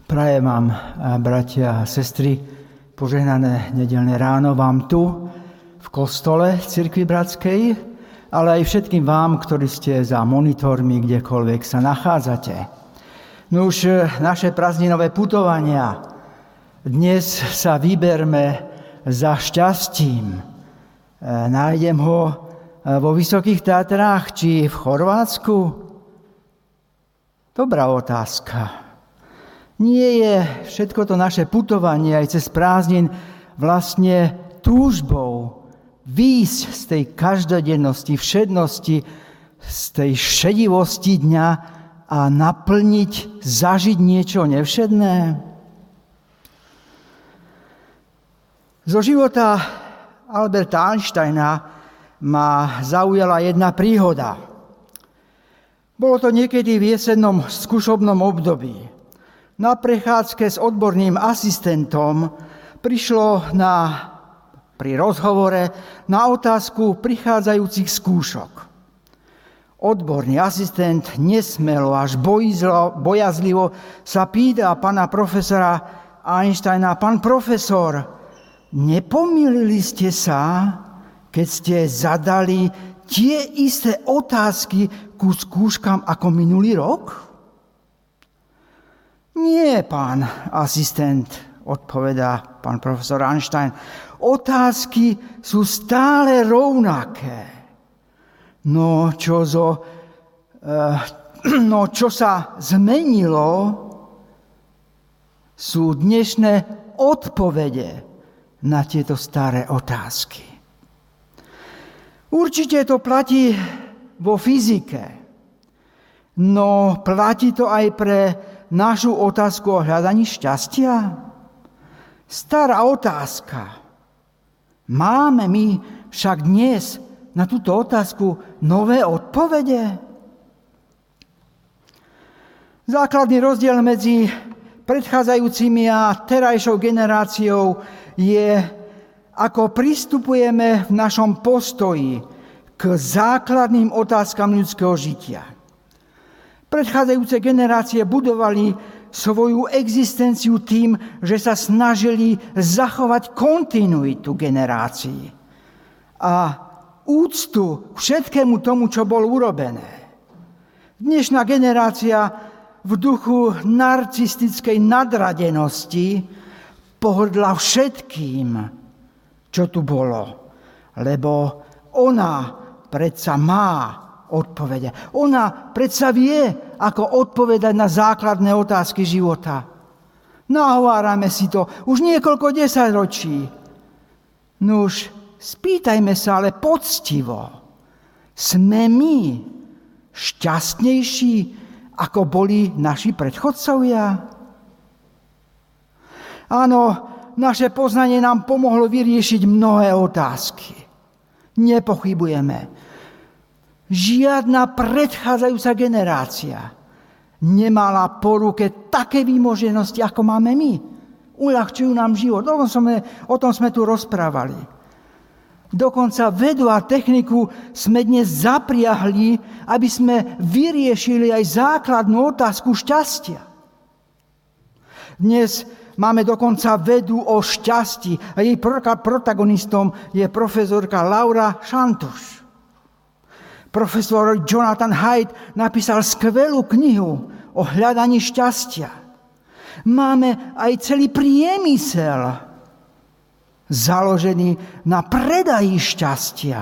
Prajem vám, bratia a sestry, požehnané nedeľné ráno vám tu v kostole Cirkvi Bratskej, ale aj všetkým vám, ktorí ste za monitormi, kdekoľvek sa nachádzate. No už naše prázdninové putovania. Dnes sa vyberme za šťastím. Nájdem ho vo Vysokých Tatrách či v Chorvátsku? Dobrá otázka. Nie je všetko to naše putovanie aj cez prázdnin vlastne túžbou výjsť z tej každodennosti, všednosti, z tej šedivosti dňa a naplniť, zažiť niečo nevšedné? Zo života Alberta Einsteina ma zaujala jedna príhoda. Bolo to niekedy v jesennom skúšobnom období. Na prechádzke s odborným asistentom prišlo pri rozhovore na otázku prichádzajúcich skúšok. Odborný asistent nesmelo až bojazlivo sa pýta pána profesora Einsteina: Pán profesor, nepomýlili ste sa, keď ste zadali tie isté otázky ku skúškam ako minulý rok? Nie, pán asistent, odpovedá pán profesor Einstein. Otázky sú stále rovnaké. No čo sa zmenilo, sú dnešné odpovede na tieto staré otázky. Určite to platí vo fyzike, no platí to aj pre našu otázku o hľadaní šťastia? Stará otázka. Máme my však dnes na túto otázku nové odpovede? Základný rozdiel medzi predchádzajúcimi a terajšou generáciou je, ako pristupujeme v našom postoji k základným otázkam ľudského žitia. Predchádzajúce generácie budovali svoju existenciu tým, že sa snažili zachovať kontinuitu generácií a úctu všetkému tomu, čo bolo urobené. Dnešná generácia v duchu narcistickej nadradenosti pohrdla všetkým, čo tu bolo, lebo ona predsa má odpovede. Ona predsa vie, ako odpovedať na základné otázky života. Nahovárame si to už niekoľko desaťročí. Nuž, spýtajme sa ale poctivo. Sme my šťastnejší, ako boli naši predchodcovia? Áno, naše poznanie nám pomohlo vyriešiť mnohé otázky. Nepochybujeme. Žiadna predchádzajúca generácia nemala po ruke také výmoženosti, ako máme my. Uľahčujú nám život. O tom sme tu rozprávali. Dokonca vedu a techniku sme dnes zapriahli, aby sme vyriešili aj základnú otázku šťastia. Dnes máme dokonca vedu o šťastí a jej protagonistom je profesorka Laura Šantuš. Profesor Jonathan Haidt napísal skvelú knihu o hľadaní šťastia. Máme aj celý priemysel založený na predaji šťastia.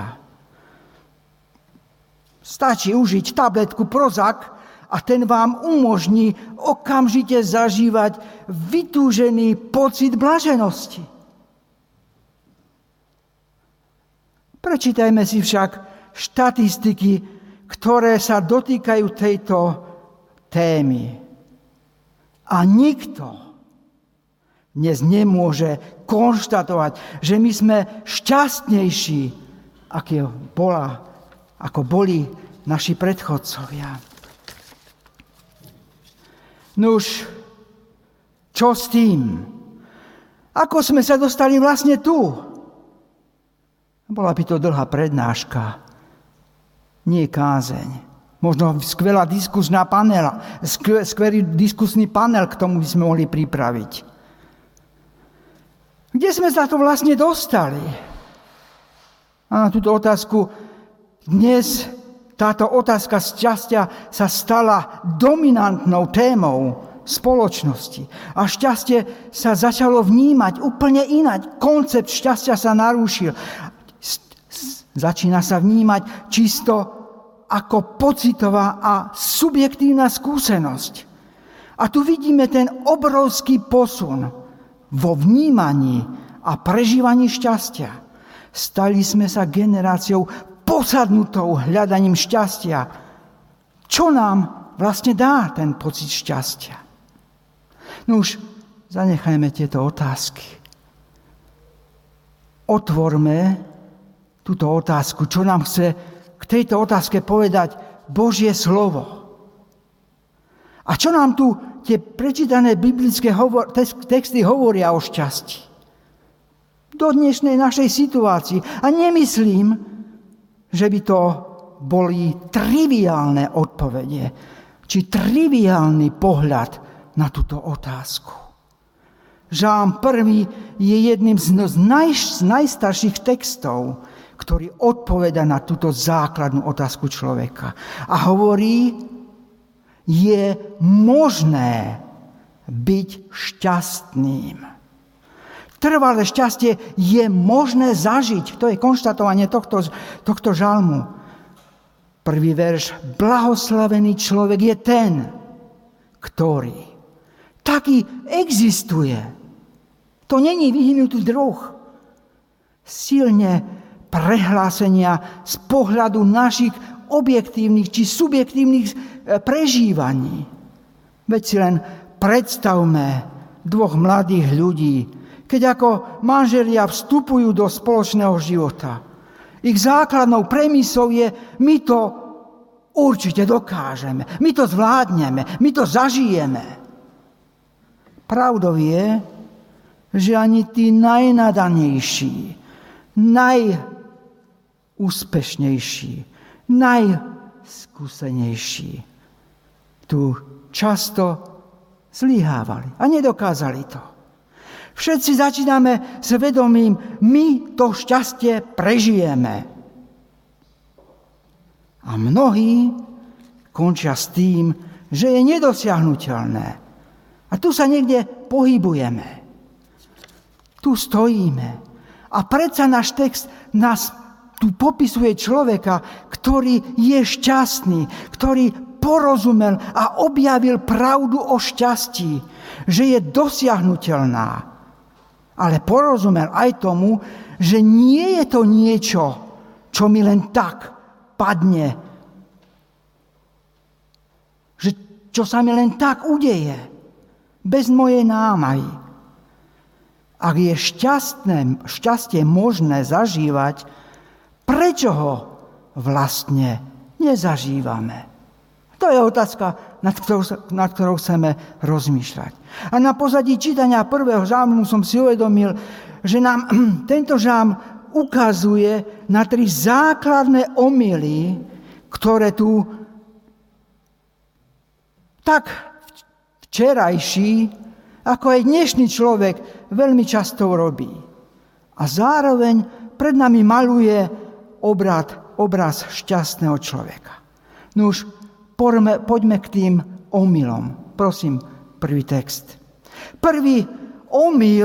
Stačí užiť tabletku Prozac a ten vám umožní okamžite zažívať vytúžený pocit blaženosti. Prečítajme si však štatistiky, ktoré sa dotýkajú tejto témy. A nikto dnes nemôže konštatovať, že my sme šťastnejší, ako boli naši predchodcovia. Nuž, čo s tým? Ako sme sa dostali vlastne tu? Bola by to dlhá prednáška, nie kázeň. Možno skvelý diskusný panel k tomu by sme mohli pripraviť. Kde sme sa to vlastne dostali? A na túto otázku dnes táto otázka šťastia sa stala dominantnou témou spoločnosti. A šťastie sa začalo vnímať úplne inak. Koncept šťastia sa narúšil. Začína sa vnímať čisto ako pocitová a subjektívna skúsenosť. A tu vidíme ten obrovský posun vo vnímaní a prežívaní šťastia. Stali sme sa generáciou posadnutou hľadaním šťastia. Čo nám vlastne dá ten pocit šťastia? No už zanechajme tieto otázky. Otvorme túto otázku, čo nám chce k tejto otázke povedať Božie slovo. A čo nám tu tie prečítané biblické texty hovoria o šťastí? Do dnešnej našej situácii. A nemyslím, že by to boli triviálne odpovede, či triviálny pohľad na túto otázku. Žalm 1 je jedným z najstarších textov, ktorý odpoveda na túto základnú otázku človeka. A hovorí, je možné byť šťastným. Trvalé šťastie je možné zažiť. To je konštatovanie tohto žalmu. Prvý verš. Blahoslavený človek je ten, ktorý. Taký existuje. To není vyhnutý druh. Silne prehlásenia z pohľadu našich objektívnych či subjektívnych prežívaní. Veď si len predstavme dvoch mladých ľudí, keď ako manželia vstupujú do spoločného života. Ich základnou premisou je, my to určite dokážeme, my to zvládneme, my to zažijeme. Pravdou je, že ani tí najnadanejší, najúspešnejší, najskúsenejší tu často zlyhávali a nedokázali to. Všetci začíname s vedomím, my to šťastie prežijeme. A mnohí končia s tým, že je nedosiahnuteľné. A tu sa niekde pohybujeme. Tu stojíme. A predsa náš text nás tu popisuje človeka, ktorý je šťastný, ktorý porozumel a objavil pravdu o šťastí, že je dosiahnuteľná. Ale porozumel aj tomu, že nie je to niečo, čo mi len tak padne. Čo sa mi len tak udeje, bez mojej námahy. Ak je šťastie možné zažívať, prečo ho vlastne nezažívame? To je otázka, nad ktorou chceme rozmýšľať. A na pozadí čítania prvého žalmu som si uvedomil, že nám tento žalm ukazuje na 3 základné omyly, ktoré tu tak včerajší, ako aj dnešný človek veľmi často robí. A zároveň pred nami maluje obraz šťastného človeka. No už poďme k tým omylom. Prosím, prvý text. Prvý omyl,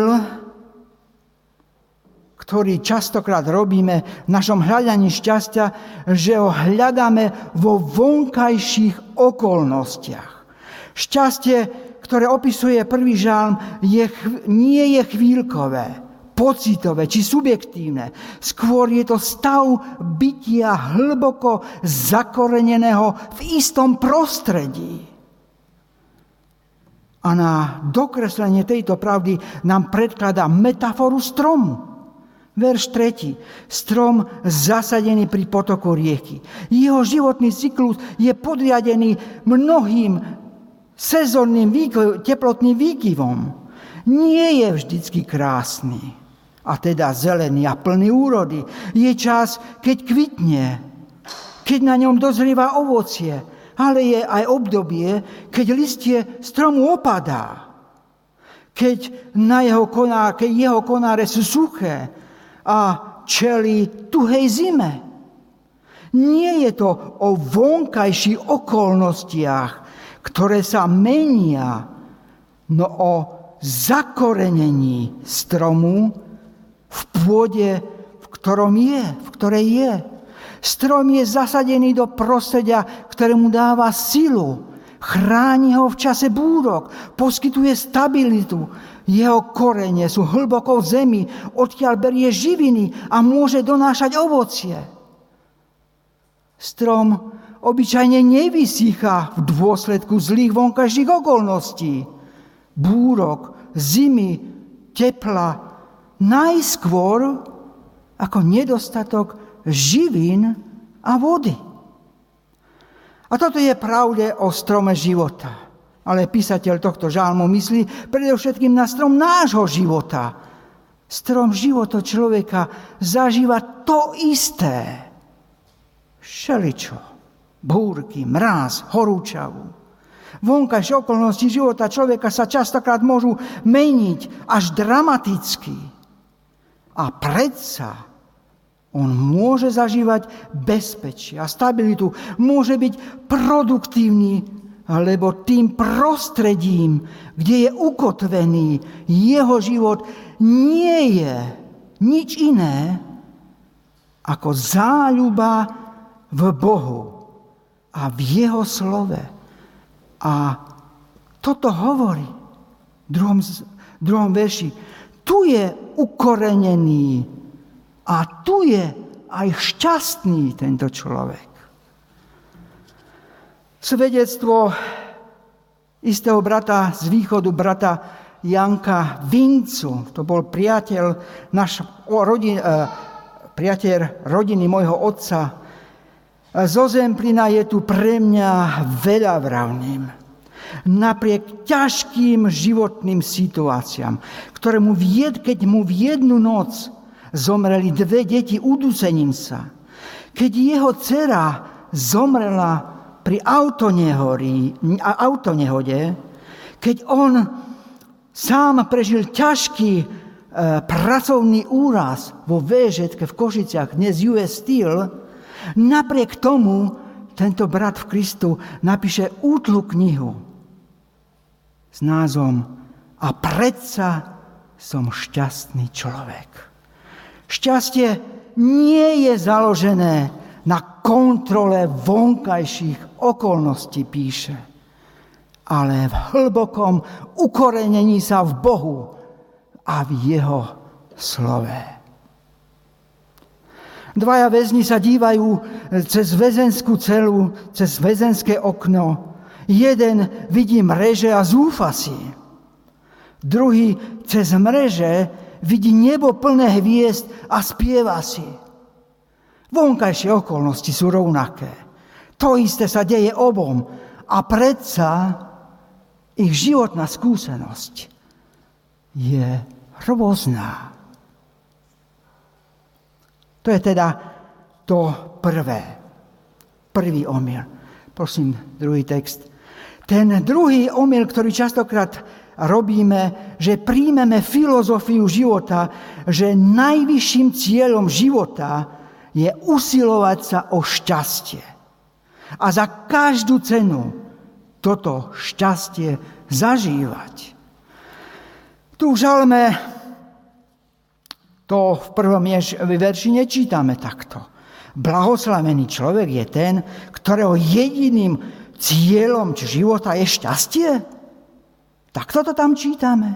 ktorý častokrát robíme v našom hľadaní šťastia, že ho hľadáme vo vonkajších okolnostiach. Šťastie, ktoré opisuje prvý žalm, nie je chvíľkové, pocitové či subjektívne. Skôr je to stav bytia hlboko zakoreneného v istom prostredí. A na dokreslenie tejto pravdy nám predkladá metaforu stromu. Verš 3. Strom zasadený pri potoku rieky. Jeho životný cyklus je podriadený mnohým sezónnym teplotným výkyvom. Nie je vždycky krásny, a teda zelený a plný úrody. Je čas, keď kvitne, keď na ňom dozrieva ovocie, ale je aj obdobie, keď listie stromu opadá, keď jeho konáre sú suché a čelí tuhej zime. Nie je to o vonkajších okolnostiach, ktoré sa menia, no o zakorenení stromu v pôde, v ktorej je. Strom je zasadený do prostredia, ktoré mu dáva silu, chráni ho v čase búrok, poskytuje stabilitu. Jeho korene sú hlboko v zemi, odkiaľ berie živiny a môže donášať ovocie. Strom obyčajne nevysychá v dôsledku zlých vonkajších okolností. Búrok, zimy, tepla, najskôr ako nedostatok živín a vody. A toto je pravde o strome života. Ale písateľ tohto žalmu myslí predovšetkým na strom nášho života. Strom života človeka zažíva to isté. Všeličo. Búrky, mráz, horúčavu. Vonkajšie okolnosti života človeka sa častokrát môžu meniť až dramaticky. A predsa on môže zažívať bezpečie a stabilitu, môže byť produktívny, lebo tým prostredím, kde je ukotvený jeho život, nie je nič iné ako záľuba v Bohu a v jeho slove. A toto hovorí v druhom verši. Tu je ukorenený a tu je aj šťastný tento človek. Svedectvo istého brata z východu, brata Janka Vincu, to bol priateľ rodiny môjho otca. Zo Zemplína je tu pre mňa veľa vravným. Napriek ťažkým životným situáciám, keď mu v jednu noc zomreli 2 deti udúsením sa, keď jeho dcera zomrela pri autonehode, keď on sám prežil ťažký pracovný úraz vo VŽ-tke v Košiciach, dnes US Steel, napriek tomu tento brat v Kristu napíše útlu knihu s názvom A predsa som šťastný človek. Šťastie nie je založené na kontrole vonkajších okolností, píše, ale v hlbokom ukorenení sa v Bohu a v jeho slove. 2 väzni sa dívajú cez väzenskú celu, cez väzenské okno. Jeden vidí mreže a zúfa si. Druhý cez mreže vidí nebo plné hviezd a spieva si. Vonkajšie okolnosti sú rovnaké. To isté sa deje obom. A predsa ich životná skúsenosť je rôzna. To je teda to prvý omyl. Prosím, druhý text. Ten druhý omyl, ktorý častokrát robíme, že príjmeme filozofiu života, že najvyšším cieľom života je usilovať sa o šťastie. A za každú cenu toto šťastie zažívať. Tu v žalme to v prvom verši nečítame takto. Blahoslavený človek je ten, ktorého jediným cieľom života je šťastie? Tak toto tam čítame.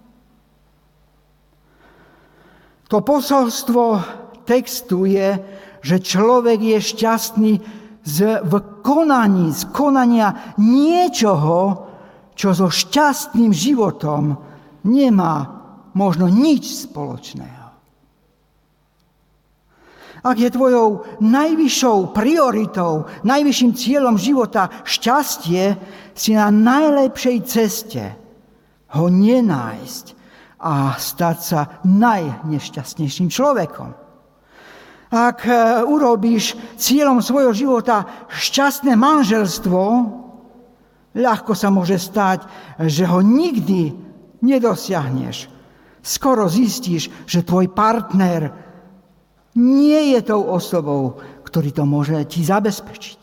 To posolstvo textu je, že človek je šťastný z konania niečoho, čo so šťastným životom nemá možno nič spoločného. Ak je tvojou najvyššou prioritou, najvyšším cieľom života šťastie, si na najlepšej ceste ho nenájsť a stať sa najnešťastnejším človekom. Ak urobíš cieľom svojho života šťastné manželstvo, ľahko sa môže stať, že ho nikdy nedosiahneš. Skoro zistíš, že tvoj partner nie je tou osobou, ktorý to môže ti zabezpečiť.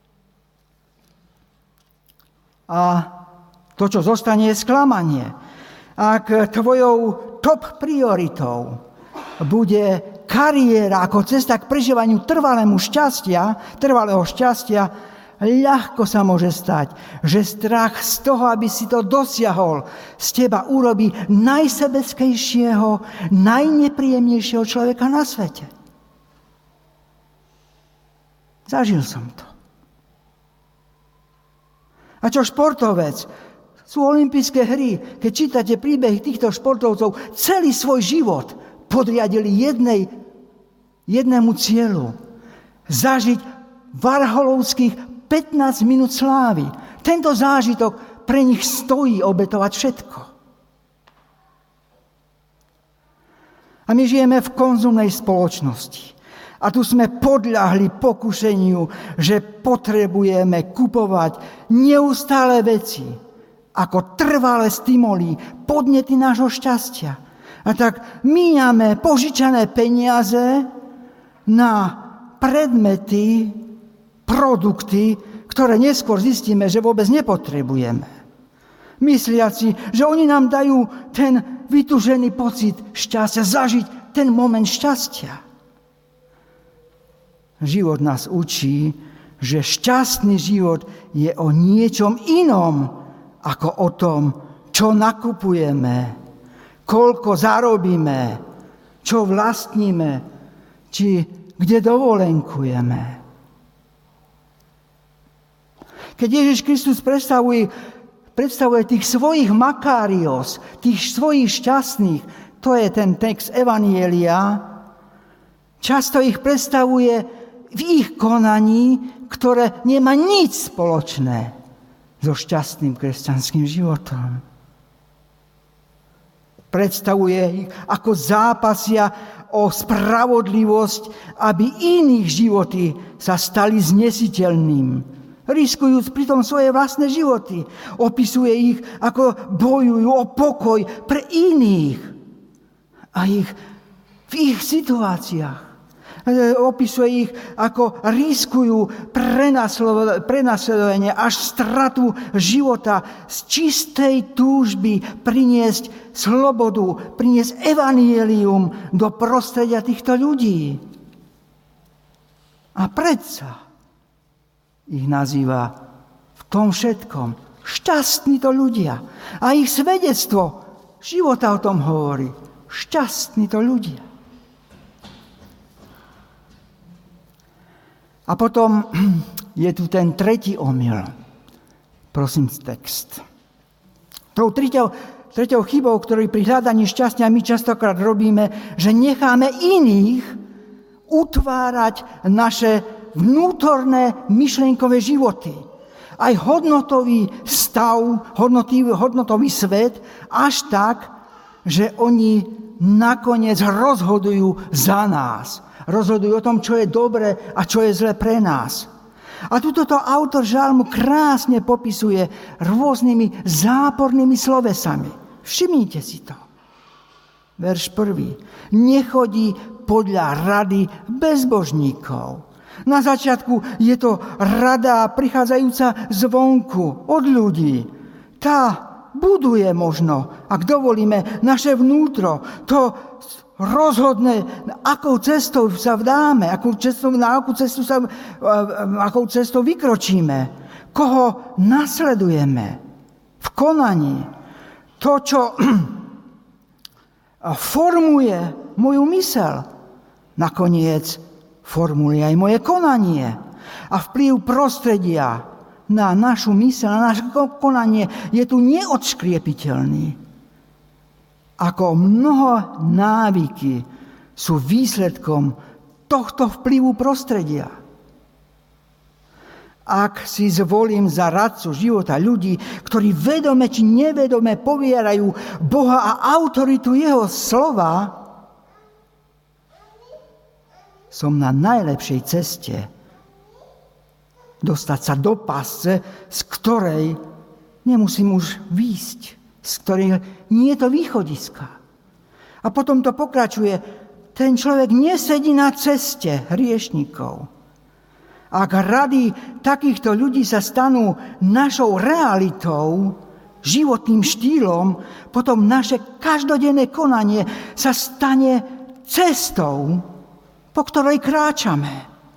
A to, čo zostane, je sklamanie. Ak tvojou top prioritou bude kariéra ako cesta k prežívaniu trvalého šťastia, ľahko sa môže stať, že strach z toho, aby si to dosiahol, z teba urobí najsebeckejšieho, najnepríjemnejšieho človeka na svete. Zažil som to. A čo športovec? Sú olympijské hry. Keď čítate príbehy týchto športovcov, celý svoj život podriadili jednému cieľu. Zažiť varholovských 15 minút slávy. Tento zážitok pre nich stojí obetovať všetko. A my žijeme v konzumnej spoločnosti. A tu sme podľahli pokušeniu, že potrebujeme kupovať neustále veci ako trvalé stimuly, podnety nášho šťastia. A tak míňame požičané peniaze na predmety, produkty, ktoré neskôr zistíme, že vôbec nepotrebujeme. Mysliaci, že oni nám dajú ten vytúžený pocit šťastia, zažiť ten moment šťastia. Život nás učí, že šťastný život je o niečom inom, ako o tom, čo nakupujeme, koľko zarobíme, čo vlastníme, či kde dovolenkujeme. Keď Ježiš Kristus predstavuje tých svojich makários, tých svojich šťastných, to je ten text Evanjelia, často ich predstavuje v ich konaní, ktoré nemá nič spoločné so šťastným kresťanským životom. Predstavuje ich, ako zápasia o spravodlivosť, aby iných životy sa stali znesiteľným, riskujúc pritom svoje vlastné životy. Opisuje ich, ako bojujú o pokoj pre iných a v ich situáciách. Opisuje ich, ako riskujú prenasledovanie až stratu života z čistej túžby priniesť slobodu, priniesť evanjelium do prostredia týchto ľudí. A predsa ich nazýva v tom všetkom šťastní to ľudia. A ich svedectvo života o tom hovorí. Šťastní to ľudia. A potom je tu ten tretí omyl. Prosím, text. Tou treťou chybou, ktorú pri hľadaní šťastia my častokrát robíme, že necháme iných utvárať naše vnútorné myšlienkové životy. Aj hodnotový stav, hodnotový svet, až tak, že oni nakoniec rozhodujú za nás. Rozhodujú o tom, čo je dobre a čo je zle pre nás. A tuto autor žalmu krásne popisuje rôznymi zápornými slovesami. Všimnite si to. Verš 1. Nechodí podľa rady bezbožníkov. Na začiatku je to rada prichádzajúca zvonku, od ľudí. Tá buduje možno, ak dovolíme, naše vnútro. To rozhodne, akou cestou sa vdáme, akou cestou vykročíme, koho nasledujeme v konaní. To, čo formuje moju myseľ, nakoniec formuluje aj moje konanie. A vplyv prostredia na našu myseľ, na naše konanie je tu neodškriepiteľný. Ako mnoho návyky sú výsledkom tohto vplyvu prostredia. Ak si zvolím za radcu života ľudí, ktorí vedome či nevedome povierajú Boha a autoritu jeho slova, som na najlepšej ceste dostať sa do pásce, z ktorej nemusím už výjsť, z ktorej nie je to východiska. A potom to pokračuje. Ten človek nesedí na ceste hriešnikov. Ak rady takýchto ľudí sa stanú našou realitou, životným štýlom, potom naše každodenné konanie sa stane cestou, po ktorej kráčame.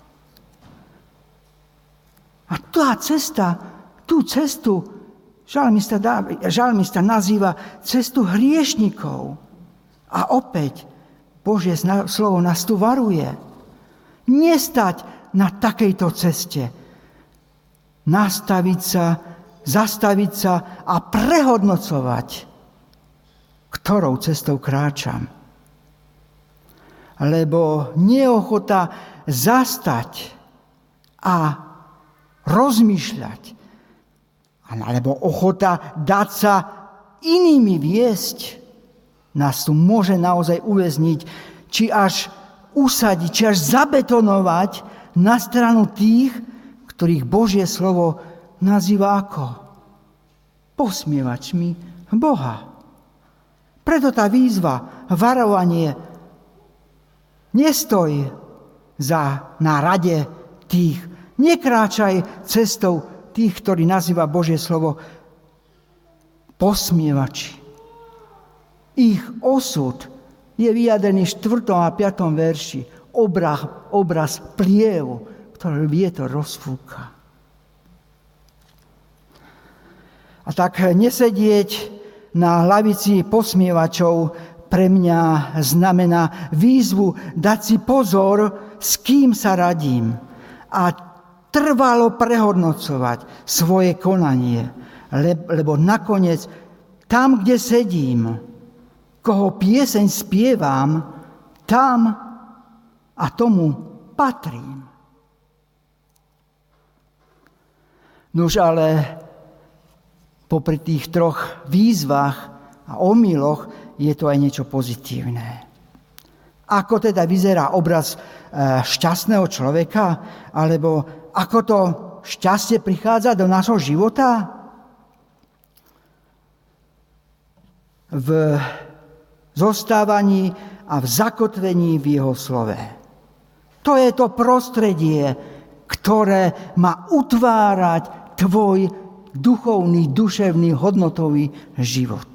A tú cestu žalmista nazýva cestu hriešnikov. A opäť Božie slovo nás tu varuje. Nestať na takejto ceste. Nastaviť sa, zastaviť sa a prehodnocovať, ktorou cestou kráčam. Lebo neochota zastať a rozmýšľať, alebo ochota dať sa inými viesť, nás tu môže naozaj uväzniť, či až usadiť, či až zabetonovať na stranu tých, ktorých Božie slovo nazýva ako posmievačmi Boha. Preto tá výzva, varovanie, nestoj na rade tých, nekráčaj cestou tých, ktorí nazýva Božie slovo posmievači. Ich osud je vyjadrený v 4. a 5. verši. Obraz plievu, ktorý vietor rozfúka. A tak nesedieť na lavici posmievačov pre mňa znamená výzvu dať si pozor, s kým sa radím a trvalo prehodnocovať svoje konanie, lebo nakoniec tam, kde sedím, koho pieseň spievam, tam a tomu patrím. Nuž ale popri tých troch výzvach a omyloch je to aj niečo pozitívne. Ako teda vyzerá obraz šťastného človeka, alebo ako to šťastie prichádza do nášho života? V zostávaní a v zakotvení v jeho slove. To je to prostredie, ktoré má utvárať tvoj duchovný, duševný, hodnotový život.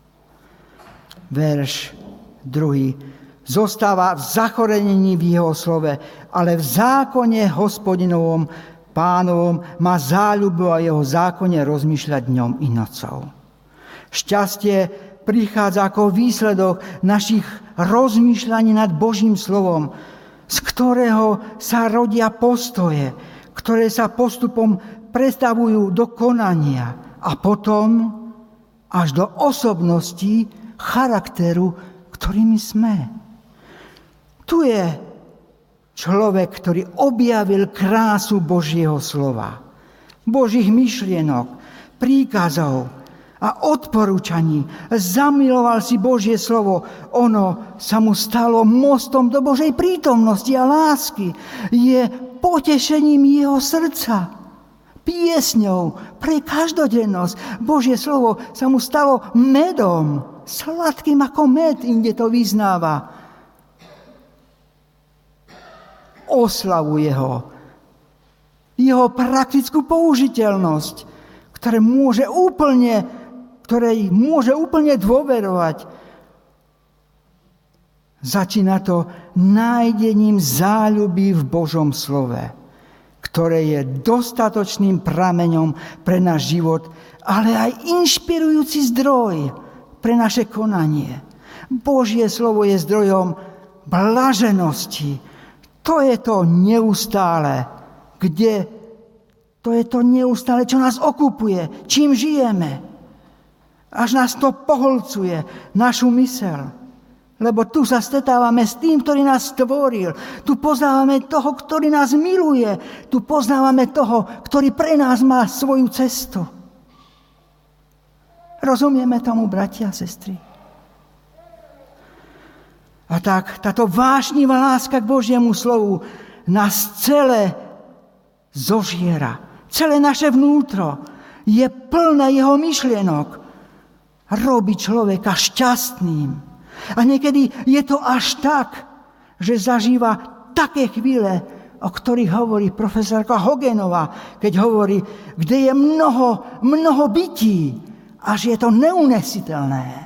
Verš 2. Zostáva v zakorenení v jeho slove, ale v zákone Hospodinovom Pánovom má záľubu a jeho zákone rozmýšľať dňom i nocou. Šťastie prichádza ako výsledok našich rozmýšľaní nad Božím slovom, z ktorého sa rodia postoje, ktoré sa postupom prestavujú do konania a potom až do osobností, charakteru, ktorými sme. Tu je človek, ktorý objavil krásu Božieho slova, Božích myšlienok, príkazov a odporúčaní. Zamiloval si Božie slovo. Ono sa mu stalo mostom do Božej prítomnosti a lásky. Je potešením jeho srdca, piesňou pre každodennosť. Božie slovo sa mu stalo medom, sladkým ako med, inde to vyznáva. Oslavuje ho jeho praktickú použiteľnosť, ktorej môže úplne dôverovať. Začína to nájdením záľuby v Božom slove, ktoré je dostatočným prameňom pre náš život, ale aj inšpirujúci zdroj pre naše konanie. Božie slovo je zdrojom blaženosti. To je to neustále, čo nás okupuje, čím žijeme. Až nás to pohlcuje, našu myseľ. Lebo tu sa stretávame s tým, ktorý nás stvoril. Tu poznávame toho, ktorý nás miluje. Tu poznávame toho, ktorý pre nás má svoju cestu. Rozumieme tomu, bratia a sestry? A tak táto vášnivá láska k Božiemu slovu nás celé zožiera. Celé naše vnútro je plné jeho myšlienok. Robí človeka šťastným. A niekedy je to až tak, že zažíva také chvíle, o ktorých hovorí profesorka Hogenová, keď hovorí, kde je mnoho bytí, až je to neunesiteľné.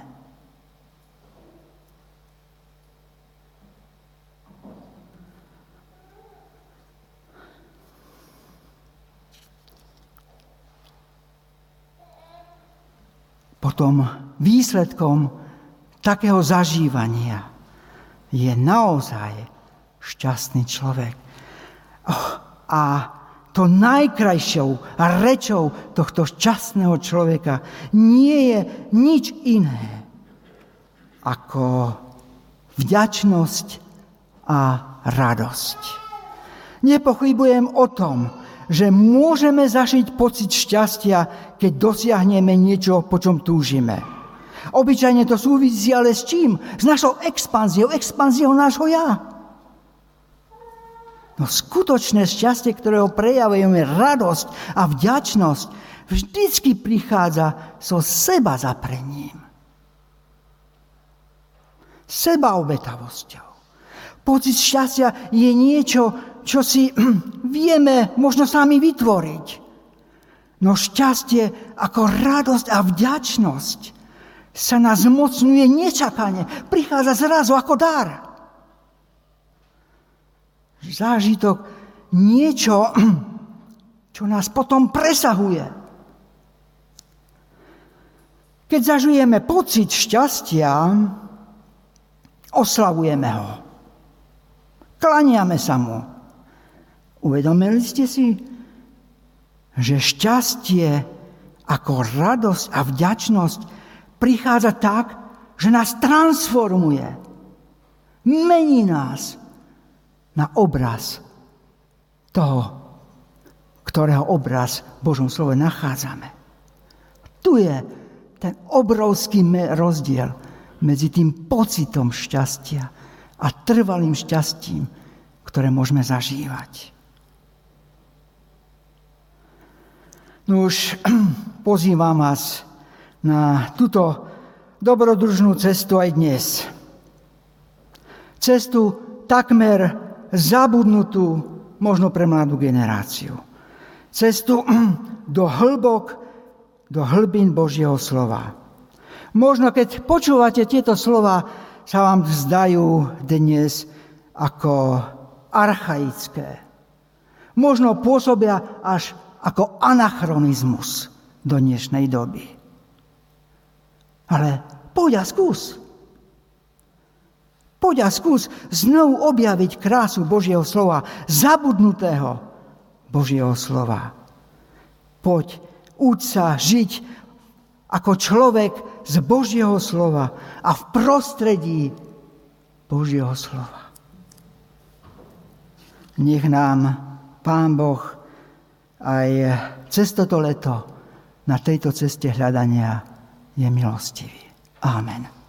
Potom výsledkom takého zažívania je naozaj šťastný človek. A to najkrajšou rečou tohto šťastného človeka nie je nič iné ako vďačnosť a radosť. Nepochybujem o tom, že môžeme zažiť pocit šťastia, keď dosiahneme niečo, po čom túžime. Obyčajne to súvisí ale s čím? S našou expanziou nášho ja. No skutočné šťastie, ktorého prejavujeme radosť a vďačnosť, vždycky prichádza so seba zaprením. Sebaobetavosťou. Pocit šťastia je niečo, čo si vieme možno sami vytvoriť. No šťastie ako radosť a vďačnosť sa nás zmocňuje nečakane. Prichádza zrazu ako dar. Zážitok niečo, čo nás potom presahuje. Keď zažijeme pocit šťastia, oslavujeme ho. Klaniame sa mu. Uvedomili ste si, že šťastie ako radosť a vďačnosť prichádza tak, že nás transformuje. Mení nás na obraz toho, ktorého obraz v Božom slove nachádzame. Tu je ten obrovský rozdiel medzi tým pocitom šťastia a trvalým šťastím, ktoré môžeme zažívať. No už pozývam vás na túto dobrodružnú cestu aj dnes. Cestu takmer zabudnutú možno pre mladú generáciu. Cestu do hlbín Božieho slova. Možno keď počúvate tieto slova, sa vám zdajú dnes ako archaické. Možno pôsobia až ako anachronizmus do dnešnej doby. Ale poď a skús. Poď a skús znovu objaviť krásu Božieho slova, zabudnutého Božieho slova. Poď, uč sa žiť ako človek z Božieho slova a v prostredí Božieho slova. Nech nám Pán Boh aj cez toto leto na tejto ceste hľadania je milostivý. Amen.